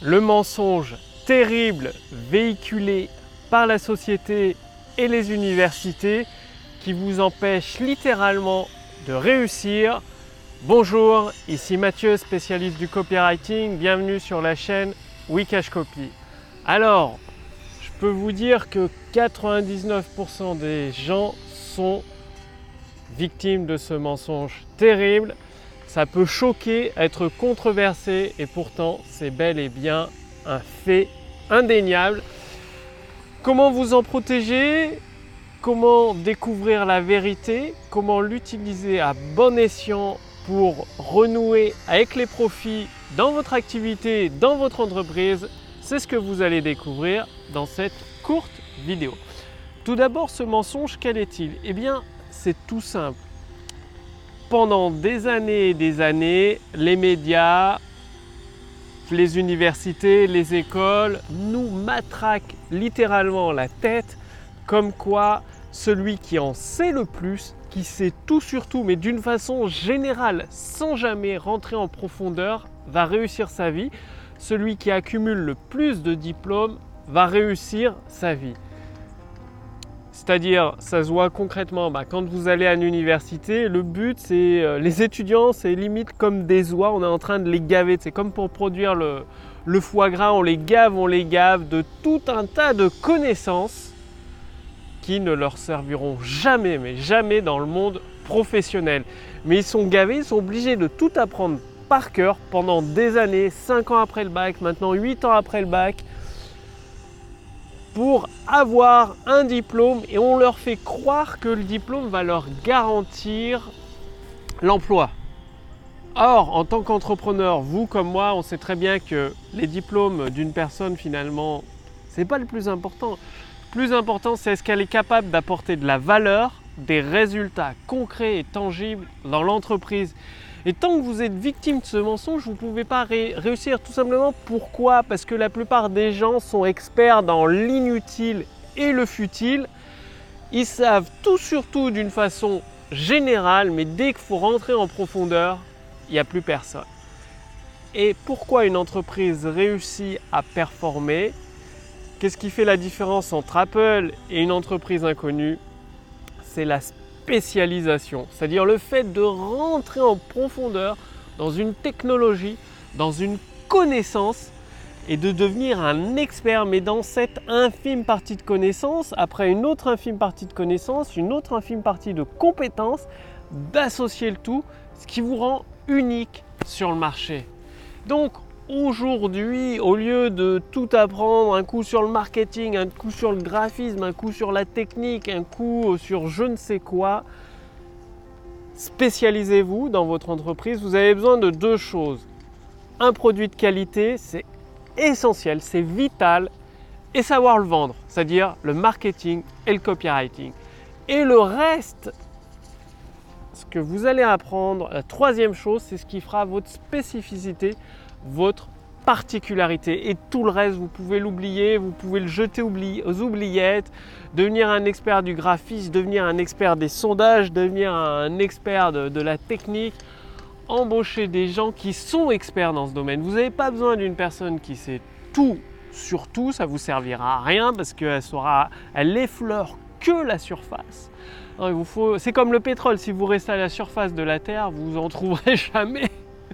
le mensonge terrible véhiculé par la société et les universités qui vous empêche littéralement de réussir. Bonjour, ici Mathieu, spécialiste du copywriting. Bienvenue sur la chaîne Wikash Copy. Alors, je peux vous dire que 99% des gens sont victimes de ce mensonge terrible. Ça peut choquer, être controversé et pourtant c'est bel et bien un fait indéniable. Comment vous en protéger? Comment découvrir la vérité? Comment l'utiliser à bon escient pour renouer avec les profits dans votre activité, dans votre entreprise? C'est ce que vous allez découvrir dans cette courte vidéo. Tout d'abord, ce mensonge, quel est-il? Eh bien, c'est tout simple. Pendant des années et des années, les médias, les universités, les écoles nous matraquent littéralement la tête comme quoi celui qui en sait le plus, qui sait tout sur tout, mais d'une façon générale, sans jamais rentrer en profondeur, va réussir sa vie. Celui qui accumule le plus de diplômes va réussir sa vie. C'est-à-dire, ça se voit concrètement, quand vous allez à l'université, le but c'est, les étudiants, c'est limite comme des oies, on est en train de les gaver. C'est comme pour produire le foie gras, on les gave de tout un tas de connaissances qui ne leur serviront jamais, mais jamais dans le monde professionnel. Mais ils sont gavés, ils sont obligés de tout apprendre par cœur pendant des années, 5 ans après le bac, maintenant 8 ans après le bac, pour avoir un diplôme et on leur fait croire que le diplôme va leur garantir l'emploi. Or, en tant qu'entrepreneur, vous comme moi, on sait très bien que les diplômes d'une personne finalement, c'est pas le plus important. Le plus important, c'est est-ce qu'elle est capable d'apporter de la valeur, des résultats concrets et tangibles dans l'entreprise. Et tant que vous êtes victime de ce mensonge, vous ne pouvez pas réussir. Tout simplement, pourquoi? Parce que la plupart des gens sont experts dans l'inutile et le futile. Ils savent tout sur tout d'une façon générale, mais dès qu'il faut rentrer en profondeur, il n'y a plus personne. Et pourquoi une entreprise réussit à performer? Qu'est-ce qui fait la différence entre Apple et une entreprise inconnue? C'est la spécialisation, c'est-à-dire le fait de rentrer en profondeur dans une technologie, dans une connaissance et de devenir un expert, mais dans cette infime partie de connaissance, après une autre infime partie de connaissance, une autre infime partie de compétences, d'associer le tout, ce qui vous rend unique sur le marché. Donc aujourd'hui, au lieu de tout apprendre, un coup sur le marketing, un coup sur le graphisme, un coup sur la technique, un coup sur je ne sais quoi, spécialisez-vous dans votre entreprise. Vous avez besoin de deux choses. Un produit de qualité, c'est essentiel, c'est vital, et savoir le vendre, c'est-à-dire le marketing et le copywriting. Et le reste, ce que vous allez apprendre, la troisième chose, c'est ce qui fera votre spécificité, votre particularité. Et tout le reste, vous pouvez l'oublier, vous pouvez le jeter aux oubliettes, devenir un expert du graphisme, devenir un expert des sondages, devenir un expert de la technique, embaucher des gens qui sont experts dans ce domaine. Vous n'avez pas besoin d'une personne qui sait tout sur tout, ça ne vous servira à rien parce qu'elle effleure que la surface. C'est comme le pétrole, si vous restez à la surface de la terre, vous en trouverez jamais.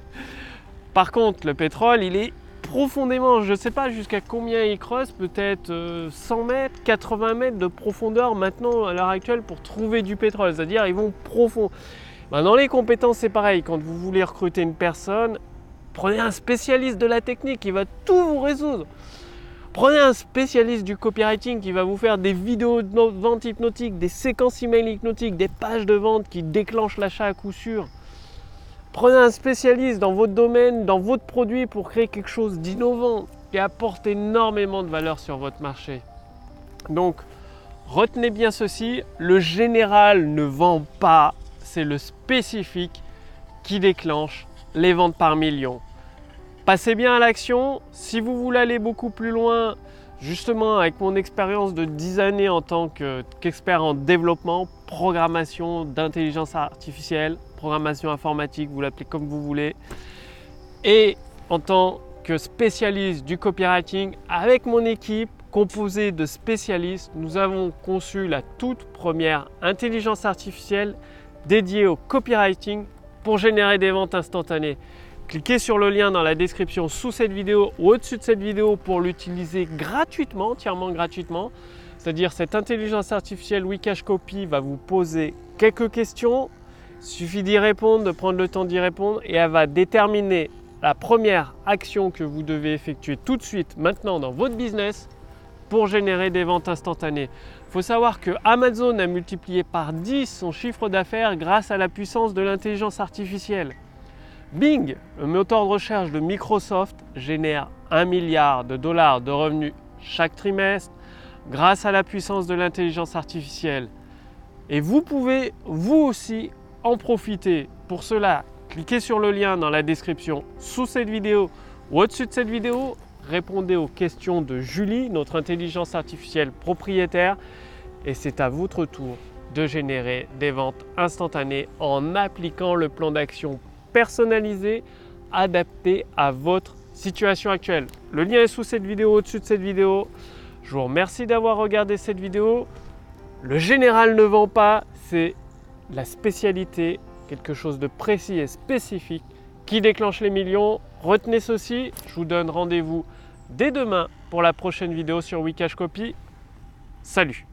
Par contre, le pétrole, il est profondément, je ne sais pas jusqu'à combien il creuse, peut-être 100 mètres, 80 mètres de profondeur maintenant à l'heure actuelle pour trouver du pétrole, c'est-à-dire ils vont profond. Dans les compétences, c'est pareil, quand vous voulez recruter une personne, prenez un spécialiste de la technique qui va tout vous résoudre. Prenez un spécialiste du copywriting qui va vous faire des vidéos de vente hypnotique, des séquences email hypnotiques, des pages de vente qui déclenchent l'achat à coup sûr. Prenez un spécialiste dans votre domaine, dans votre produit pour créer quelque chose d'innovant qui apporte énormément de valeur sur votre marché. Donc, retenez bien ceci, le général ne vend pas, c'est le spécifique qui déclenche les ventes par million. Passez bien à l'action. Si vous voulez aller beaucoup plus loin, justement avec mon expérience de 10 années en tant qu'expert en développement, programmation d'intelligence artificielle, programmation informatique, vous l'appelez comme vous voulez, et en tant que spécialiste du copywriting, avec mon équipe composée de spécialistes, nous avons conçu la toute première intelligence artificielle dédiée au copywriting pour générer des ventes instantanées. Cliquez sur le lien dans la description sous cette vidéo ou au-dessus de cette vidéo pour l'utiliser gratuitement, entièrement gratuitement. C'est-à-dire cette intelligence artificielle Wikash Copy va vous poser quelques questions. Il suffit d'y répondre, de prendre le temps d'y répondre et elle va déterminer la première action que vous devez effectuer tout de suite, maintenant dans votre business pour générer des ventes instantanées. Il faut savoir que Amazon a multiplié par 10 son chiffre d'affaires grâce à la puissance de l'intelligence artificielle. Bing, le moteur de recherche de Microsoft, génère 1 milliard de dollars de revenus chaque trimestre grâce à la puissance de l'intelligence artificielle. Et vous pouvez, vous aussi, en profiter. Pour cela, cliquez sur le lien dans la description sous cette vidéo ou au-dessus de cette vidéo. Répondez aux questions de Julie, notre intelligence artificielle propriétaire. Et c'est à votre tour de générer des ventes instantanées en appliquant le plan d'action personnalisé, adapté à votre situation actuelle. Le lien est sous cette vidéo, au-dessus de cette vidéo. Je vous remercie d'avoir regardé cette vidéo. Le général ne vend pas, c'est la spécialité, quelque chose de précis et spécifique qui déclenche les millions. Retenez ceci, je vous donne rendez-vous dès demain pour la prochaine vidéo sur Wikash Copy. Salut!